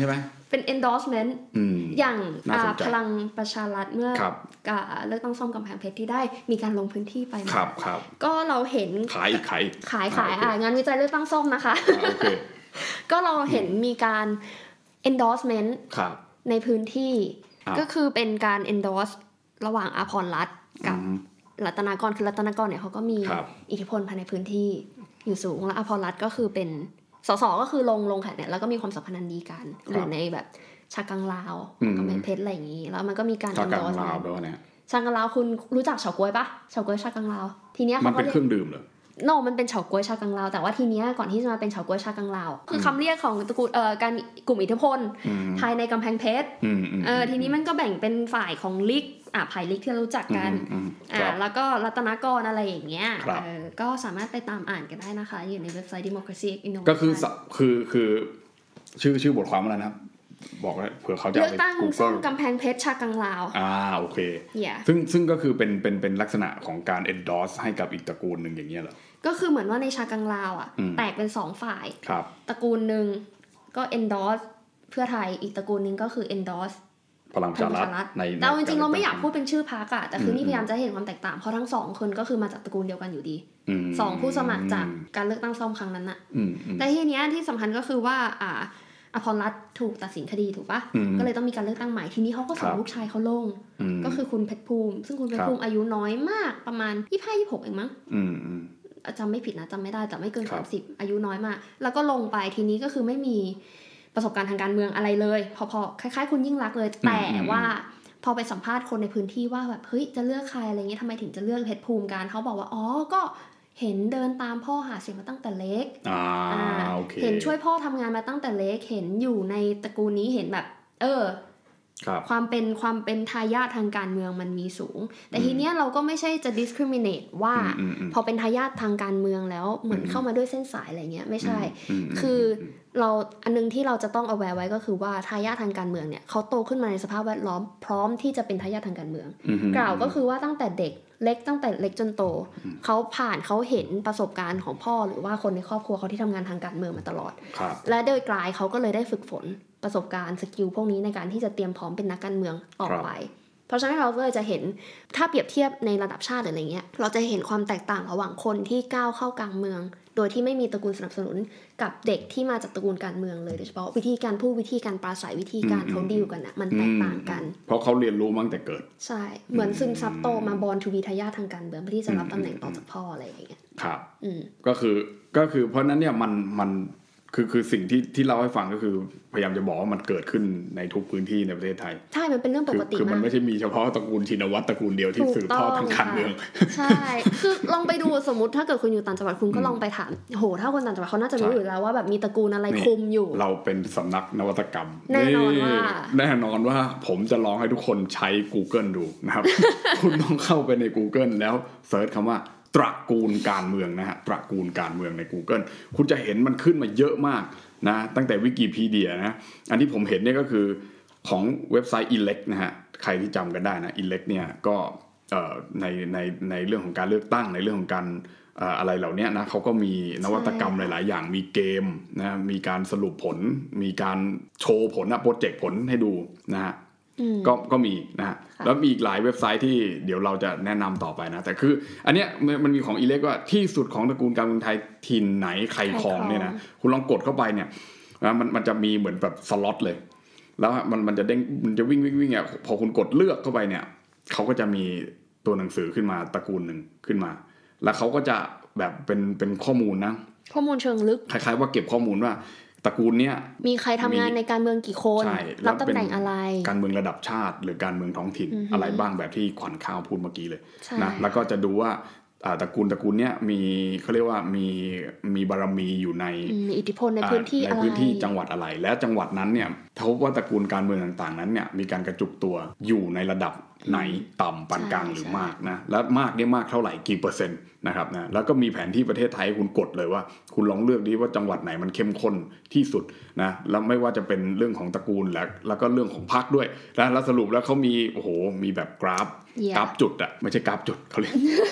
เป็น endorsement อย่างพลังประชารัฐเมื่อเลือกตั้งซ่อมกำแพงเพชรที่ได้มีการลงพื้นที่ไปมาก็เราเห็นขายขายขายขายอ่ะงานวิจัยเลือกตั้งซ่อมนะคะก็เราเห็นมีการ endorsement ในพื้นที่ก็คือเป็นการ endorse ระหว่างอาภรณ์รัฐกับรัตนากรคือรัตนากรเนี่ยเขาก็มีอิทธิพลภายในพื้นที่อยู่สูงแล้วอาภรณ์รัฐก็คือเป็นสสก็คือลงลงแข่งเนี่ยแล้วก็มีความสัมพันธ์ดีกันอยู่ในแบบชากังลาวกับแมนเพชรอะไรอย่างนี้แล้วมันก็มีการ endorse ชากังลาวแปลว่าไงชากังลาวคุณรู้จักเฉาก๊วยปะเฉาก๊วยชากังลาวทีเนี้ยมันเป็นเครื่องดื่มเหรอโน no, มันเป็นเฉาก๊วยชากังลาวแต่ว่าทีเนี้ยก่อนที่จะมาเป็นเฉาก๊วยชากังลาวคือคำเรียกของตระกูลเอ่อการกลุ่มอิทธิพลภายในกำแพงเพชรเออทีนี้มันก็แบ่งเป็นฝ่ายของลิกอ่ะไผ่ลิกที่เรารู้จักกันอ่าแล้วก็รัตนากรอะไรอย่างเงี้ยเออก็สามารถไปตามอ่านกันได้นะคะอยู่ในเว็บไซต์ Democracy Innovation ก็คือคือคือชื่อชื่อบทความอะไรนะครับบอกแล้วเผื่อเขาจะเลือกตั้งซ่อมกำแพงเพชรชากังลาวอ่าโอเค yeah. ซึ่งซึ่งก็คือเป็นเป็นเป็นลักษณะของการ endorse ให้กับอีกตระกูลนึงอย่างเงี้ยเหรอก็คือเหมือนว่าในชากังลาวอ่ะแตกเป็นสองฝ่ายตระกูลนึงก็ endorse เพื่อไทยอีกตระกูลนึงก็คือ endorse พลังประชารัฐในแต่จริงๆเราไม่อยากพูดเป็นชื่อพรรคอ่ะแต่คือนี่พยายามจะเห็นความแตกต่างเพราะทั้งสองคนก็คือมาจากตระกูลเดียวกันอยู่ดีสองผู้สมัครจากการเลือกตั้งซ่อมครั้งนั้นน่ะแต่ทีเนี้ยที่สำคัญก็คือว่าอ่าอภรณ์รัฐถูกตัดสินคดีถูกปะก็เลยต้องมีการเลือกตั้งใหม่ทีนี้เขาก็ส่งลูกชายเขาลงก็คือคุณเพชรภูมิซึ่งคุณเพชรภูมิอายุน้อยมากประมาณยี่สิบห้า ยี่สิบหกเองมั้งจำไม่ผิดนะจำไม่ได้แต่ไม่เกินสามสิบอายุน้อยมากแล้วก็ลงไปทีนี้ก็คือไม่มีประสบการณ์ทางการเมืองอะไรเลยพอๆคล้ายๆคุณยิ่งรักเลยแต่ว่าพอไปสัมภาษณ์คนในพื้นที่ว่าแบบเฮ้ยจะเลือกใครอะไรเงี้ยทำไมถึงจะเลือกเพชรภูมิกันเขาบอกว่าอ๋อก็เห็นเดินตามพ่อหาเสียงมาตั้งแต่เล็กอ่าโอเคเห็นช่วยพ่อทำงานมาตั้งแต่เล็กเห็นอยู่ในตระกูลนี้เห็นแบบเออความเป็นความเป็นทายาททางการเมืองมันมีสูงแต่ทีเนี้ยเราก็ไม่ใช่จะ discriminate ว่าพอเป็นทายาททางการเมืองแล้วเหมือนเข้ามาด้วยเส้นสายอะไรเงี้ยไม่ใช่คือเราอันนึงที่เราจะต้อง aware ไว้ก็คือว่าทายาททางการเมืองเนี่ยเขาโตขึ้นมาในสภาพแวดล้อมพร้อมที่จะเป็นทายาททางการเมืองกล่าวก็คือว่าตั้งแต่เด็กเล็กตั้งแต่เล็กจนโตเขาผ่านเขาเห็นประสบการณ์ของพ่อหรือว่าคนในครอบครัวเขาที่ทำงานทางการเมืองมาตลอดและโดยกลายเขาก็เลยได้ฝึกฝนประสบการณ์สกิลพวกนี้ในการที่จะเตรียมพร้อมเป็นนักการเมืองต่อไปเพราะฉะนั้นเราก็เลยจะเห็นถ้าเปรียบเทียบในระดับชาติหรืออะไรเงี้ยเราจะเห็นความแตกต่างระหว่างคนที่ก้าวเข้ากลางเมืองโดยที่ไม่มีตระกูลสนับสนุนกับเด็กที่มาจากตระกูลการเมืองเลยโดยเฉพาะวิธีการพูดวิธีการปราศัยวิธีการเขาดีลกันน่ะมันแตกต่างกันเพราะเขาเรียนรู้มาตั้งแต่เกิดใช่เหมือนซึมซับโตมาบอร์นทูบีทายาททางการเมืองเพื่อที่จะรับตำแหน่งต่อจากพ่ออะไรอย่างเงี้ยครับก็คือก็คือเพราะนั้นเนี่ยมันมันคือคือสิ่งที่ที่เล่าให้ฟังก็คือพยายามจะบอกว่ามันเกิดขึ้นในทุกพื้นที่ในประเทศไทยใช่มันเป็นเรื่องปกติมากคือมันไม่ใช่มีเฉพาะตระกูลชินวัตรตระกูลเดียวที่สืบทอดทางการเมืองใช่คือลองไปดูสมมุติถ้าเกิดคุณอยู่ต่างจังหวัดคุณก็ลองไปถามโหถ้าคนต่างจังหวัดเขาน่าจะรู้อยู่แล้วว่าแบบมีตระกูลอะไรคุมอยู่เราเป็นสำนักนวัตกรรมแน่นอนว่าแน่นอนว่าผมจะลองให้ทุกคนใช้ Google ดูนะครับ คุณต้องเข้าไปใน Google แล้วเสิร์ชคำว่าตระกูลการเมืองนะฮะตระกูลการเมืองใน Google คุณจะเห็นมันขึ้นมาเยอะมากนะตั้งแต่วิกิพีเดียนะอันที่ผมเห็นเนี่ยก็คือของเว็บไซต์ Elect นะฮะใครที่จำกันได้นะ Elect เนี่ยก็ในในในเรื่องของการเลือกตั้งในเรื่องของการอะไรเหล่านี้นะเขาก็มีนวัตกรรมหลายๆอย่างมีเกมนะมีการสรุปผลมีการโชว์ผลนะโปรเจกต์ผลให้ดูนะฮะก็ก็มีนะฮะแล้วมีอีกหลายเว็บไซต์ที่เดี๋ยวเราจะแนะนำต่อไปนะแต่คืออันเนี้ยมันมีของอีเล็กว่าที่สุดของตระกูลการเมืองไทยถิ่นไหนใครครองเนี่ยนะคุณลองกดเข้าไปเนี่ยนะมันมันจะมีเหมือนแบบสล็อตเลยแล้วมันมันจะเด้งมันจะวิ่งวิ่งวิ่งอ่ะพอคุณกดเลือกเข้าไปเนี่ยเขาก็จะมีตัวหนังสือขึ้นมาตระกูลหนึ่งขึ้นมาแล้วเขาก็จะแบบเป็นเป็นข้อมูลนะข้อมูลเชิงลึกคล้ายๆว่าเก็บข้อมูลว่าตระกูลเนี้ยมีใครทำงานในการเมืองกี่คนรับตำแหน่งอะไรการเมืองระดับชาติหรือการเมืองท้องถิ่น อะไรบ้างแบบที่ขวัญข้าวพูดเมื่อกี้เลยนะแล้วก็จะดูว่าตระกูลตระกูลเนี้ยมีเขาเรียกว่ามีมีบารมีอยู่ในมีอิทธิพลในพื้นที่อะไรในพื้นที่จังหวัดอะไรและจังหวัดนั้นเนี่ยพบว่าตระกูลการเมืองต่างๆนั้นเนี่ยมีการกระจุกตัวอยู่ในระดับไหนต่ำปานกลางหรือมากนะและมากได้มากเท่าไหร่กี่เปอร์เซ็นต์นะครับนะแล้วก็มีแผนที่ประเทศไทยคุณกดเลยว่าคุณลองเลือกดิว่าจังหวัดไหนมันเข้มข้นที่สุดนะแล้วไม่ว่าจะเป็นเรื่องของตระกูลและแล้วก็เรื่องของพรรคด้วยนะแล้วสรุปแล้วเขามีโอ้โหมีแบบกราฟ yeah. กราฟจุดอะไม่ใช่กราฟจุดเขาเรียก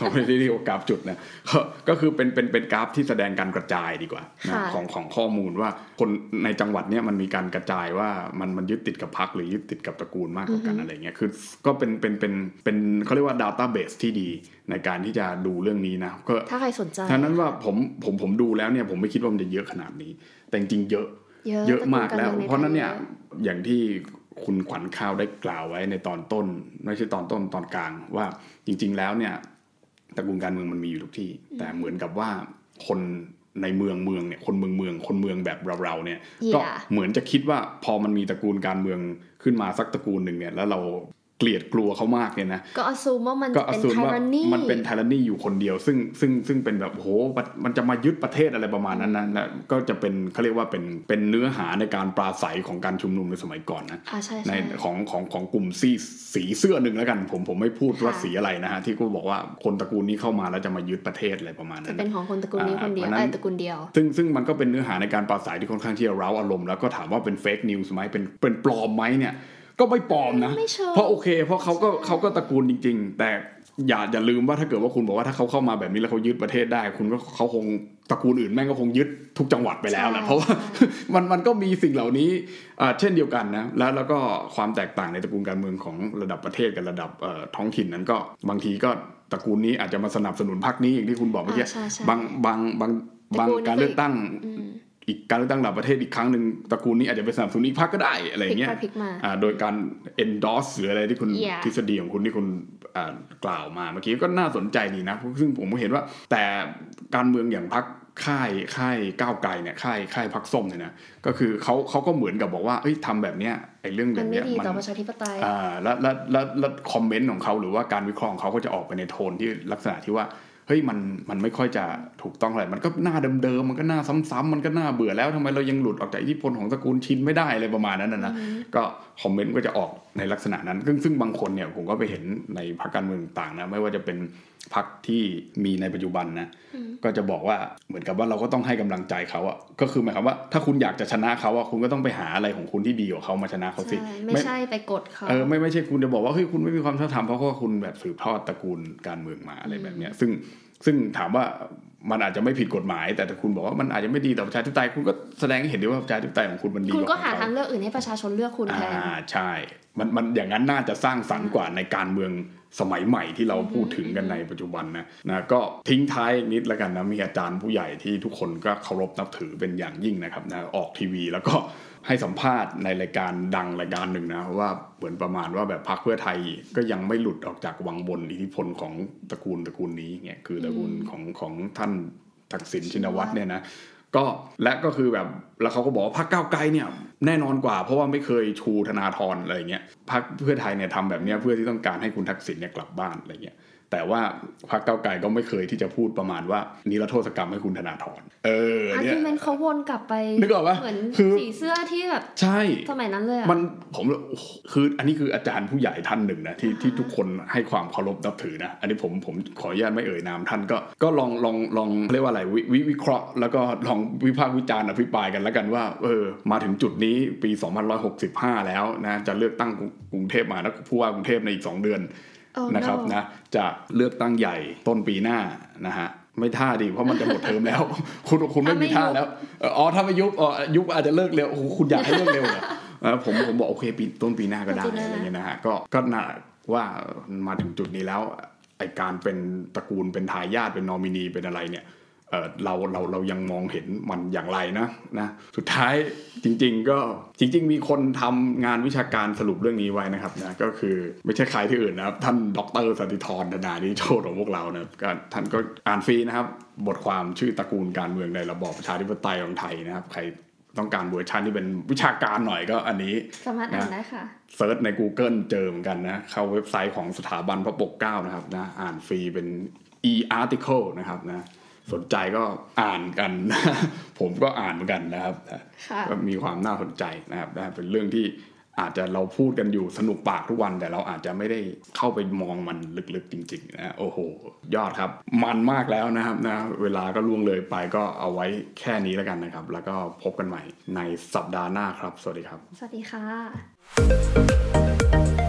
เขาไม่ได้เรียกว่ากราฟจุดนะก็คือเป็นเป็นเป็นกราฟที่แสดงการกระจายดีกว่านะของของข้อมูลว่าคนในจังหวัดเนี้ยมันมีการกระจายว่ามันมันยึดติดกับพรรคหรือยึดติดกับตระกูลมากกว่ากันอะไรเงี้ยคือก็เป็นเป็นเป็นเป็นเขาเรียกว่า database ที่ดีในการที่จะดูเรื่องนี้นะก็ถ้าใครสนใจฉะนั้นว่าผมผมผมดูแล้วเนี่ยผมไม่คิดว่ามันจะเยอะขนาดนี้แต่จริงๆเยอะเยอะมากแล้วเพราะนั้นเนี่ยอย่างที่คุณขวัญข้าวได้กล่าวไว้ในตอนต้นไม่ใช่ตอนต้นตอนกลางว่าจริงๆแล้วเนี่ยตระกูลการเมืองมันมีอยู่ทุกที่แต่เหมือนกับว่าคนในเมืองเมืองเนี่ยคนเมืองเมืองคนเมืองแบบเราๆเนี่ย yeah. ก็เหมือนจะคิดว่าพอมันมีตระกูลการเมืองขึ้นมาสักตระกูลหนึ่งเนี่ยแล้วเราเกลียดกลัวเขามากเนี่ยนะก็อ assume ว่ามันเป็น tyranny มันเป็น tyranny อยู่คนเดียวซึ่งซึ่งซึ่งเป็นแบบโหมันจะมายึดประเทศอะไรประมาณนั้นนะและก็จะเป็นเขาเรียกว่าเป็นเป็นเนื้อหาในการปราศัยของการชุมนุมในสมัยก่อนนะในของของของกลุ่มสีสีเสื้อหนึ่งแล้วกันผมผมไม่พูดว่าสีอะไรนะฮะที่กูบอกว่าคนตระกูลนี้เข้ามาแล้วจะมายึดประเทศอะไรประมาณนั้นจะเป็นของคนตระกูลนี้คนเดียวไอ้ตระกูลเดียวซึ่งซึ่งมันก็เป็นเนื้อหาในการปราศัยที่ค่อนข้างที่จะเร้าอารมณ์แล้วก็ถามว่าเป็นเฟกนิวส์ไหมเป็นเป็นปลอมไหมเนี่ยก็ไม่ปลอมนะเพราะโอเคเพราะเขาก็เขาก็ตระกูลจริงๆแต่อย่าอย่าลืมว่าถ้าเกิดว่าคุณบอกว่าถ้าเขาเข้ามาแบบนี้แล้วเขายึดประเทศได้คุณก็เขาคงตระกูลอื่นแม่งก็คงยึดทุกจังหวัดไปแล้วแหละเพราะว่ามันมันก็มีสิ่งเหล่านี้เช่นเดียวกันนะแล้วแล้วก็ความแตกต่างในตระกูลการเมืองของระดับประเทศกับระดับท้องถิ่นนั้นก็บางทีก็ตระกูลนี้อาจจะมาสนับสนุนพรรคนี้อย่างที่คุณบอกเมื่อกี้บางบางบางบางการเลือกตั้งอีกการเลือกตั้งระดับประเทศอีกครั้งนึงตระกูลนี้อาจจะไปสนับสนุนอีกพรรคก็ได้อะไรอย่างเงี้ยโดยการ endorse หรืออะไรที่คุณ yeah. ทฤษฎีของคุณที่คุณกล่าวมาเมื่อกี้ก็น่าสนใจดีนะซึ่งผมก็เห็นว่าแต่การเมืองอย่างพรรคค่ายค่ายก้าวไกลเนี่ยค่ายค่ายพรรคส้มเนี่ยนะก็คือเขาเขาก็เหมือนกับบอกว่าเอ้ยทำแบบเนี้ยไอ้เรื่องแบบเนี้ยมันไม่ดีต่อประชาธิปไตยอ่าแล้วแล้วแล้วแล้วคอมเมนต์ของเขาหรือว่าการวิเคราะห์ของเขาก็จะออกไปในโทนที่ลักษณะที่ว่าเฮ้ยมันมันไม่ค่อยจะถูกต้องอะไรมันก็หน้าเดิมๆมันก็หน้าซ้ำๆมันก็หน้าเบื่อแล้วทำไมเรายังหลุดออกจากอิทธิพลของตระกูลชินไม่ได้อะไรประมาณนั้นนะนะก็คอมเมนต์ก็จะออกในลักษณะนั้นซึ่งซึ่งบางคนเนี่ยผมก็ไปเห็นในพรรคการเมืองต่างนะไม่ว่าจะเป็นพรรคที่มีในปัจจุบันนะก็จะบอกว่าเหมือนกับว่าเราก็ต้องให้กำลังใจเขาอ่ะก็คือหมายความว่าถ้าคุณอยากจะชนะเขาอ่ะคุณก็ต้องไปหาอะไรของคุณที่ดีกว่าเขามาชนะเขาสิไม่ใช่ไปกดเขาเออไม่ไม่ใช่คุณจะบอกว่าเฮ้ยคุณไม่มีความชอบธรรมเพราะว่าคุณแบบสืบทอดตระกูลการเมืองมาอะไรแบบเนี้ยซึ่งซึ่งถามว่ามันอาจจะไม่ผิดกฎหมายแต่ถ้าคุณบอกว่ามันอาจจะไม่ดีต่อประชาธิปไตยคุณก็แสดงให้เห็นด้วยว่าประชาธิปไตยของคุณมันดีคุณก็หาทางเลือกอื่นให้ประชาชนเลือกคุณแทนอ่าใช่มันมันอย่างนั้นน่าจะสร้างสรรค์กว่าในการเมืองสมัยใหม่ที่เราพูดถึงกันในปัจจุบันนะนะก็ทิ้งท้ายนิดแล้วกันนะมีอาจารย์ผู้ใหญ่ที่ทุกคนก็เคารพนับถือเป็นอย่างยิ่งนะครับนะออกทีวีแล้วก็ให้สัมภาษณ์ในรายการดังรายการหนึ่งนะว่าเหมือนประมาณว่าแบบพรรคเพื่อไทยก็ยังไม่หลุดออกจากวังบนอิทธิพลของตระกูลตระกูลนี้เนี่ยคือตระกูลของของท่านทักษิณชินวัตรเนี่ยนะก็และก็คือแบบแล้วเขาก็บอกว่าพรรคก้าวไกลเนี่ยแน่นอนกว่าเพราะว่าไม่เคยชูธนาธรอะไรเงี้ยพรรคเพื่อไทยเนี่ยทำแบบนี้เพื่อที่ต้องการให้คุณทักษิณเนี่ยกลับบ้านอะไรเงี้ยแต่ว่าพรรคก้าวไกลก็ไม่เคยที่จะพูดประมาณว่านิรโทษกรรมให้คุณธนาธรเออเนี่ยอาร์กิวเมนต์เขาวนกลับไปนึกออกป่ะเหมือนสีเสื้อที่แบบใช่สมัยนั้นเลยอ่ะมันผมคืออันนี้คืออาจารย์ผู้ใหญ่ท่านหนึ่งนะที่ที่ทุกคนให้ความเคารพนับถือนะอันนี้ผมผมขออนุญาตไม่เอ่ยนามท่านก็ก็ลองลองลองเรียกว่าอะไรวิวิเคราะห์แล้วก็ลองวิพากษ์วิจารณ์อภิปรายกันแล้วกันว่าเออมาถึงจุดนี้ปีสองพันหนึ่งร้อยหกสิบห้าแล้วนะจะเลือกตั้งกรุงเทพมหานครผู้ว่ากรุงเทพในอีกสองเดือน Oh, นะครับ no. นะจะเลือกตั้งใหญ่ต้นปีหน้านะฮะไม่ท่าดิเพราะมันจะหมดเทอมแล้ว คุณคุณไม่มีท่าแล้วอ๋อถ้าไม่ยุบอ๋อยุบอาจจะเลิกเร็วโอ้โหคุณอยากให้เลิกเร็วเหรอผมผมบอกโอเคปีต้นปีหน้าก็ได้อะไรเงี้ยนะฮะก็ก็น่าว่ามาถึงจุดนี้แล้วไอการเป็นตระกูลเป็นทายาทเป็นนอมินีเป็นอะไรเนี่ยเออเราเราเรายังมองเห็นมันอย่างไรนะนะสุดท้ายจริงๆก็จริงๆมีคนทำงานวิชาการสรุปเรื่องนี้ไว้นะครับนะก็คือไม่ใช่ใครที่อื่นนะครับท่านดร.สันติธรธนานิโชติของพวกเรานะก็ท่านก็อ่านฟรีนะครับบทความชื่อตระกูลการเมืองในระบอบประชาธิปไตยของไทยนะครับใครต้องการเวอร์ชันที่เป็นวิชาการหน่อยก็อันนี้สามารถอ่านได้ค่ะเซิร์ชใน Google เจอเหมือนกันนะเข้าเว็บไซต์ของสถาบันพระปกเกล้านะครับนะอ่านฟรีเป็น e-article นะครับนะสนใจก็อ่านกัน ผมก็อ่านเหมือนกันนะครับก็มีความน่าสนใจนะครับเป็นเรื่องที่อาจจะเราพูดกันอยู่สนุกปากทุกวันแต่เราอาจจะไม่ได้เข้าไปมองมันลึกๆจริงๆนะโอ้โหยอดครับมันมากแล้วนะครับนะเวลาก็ล่วงเลยไปก็เอาไว้แค่นี้แล้วกันนะครับแล้วก็พบกันใหม่ในสัปดาห์หน้าครับสวัสดีครับสวัสดีค่ะ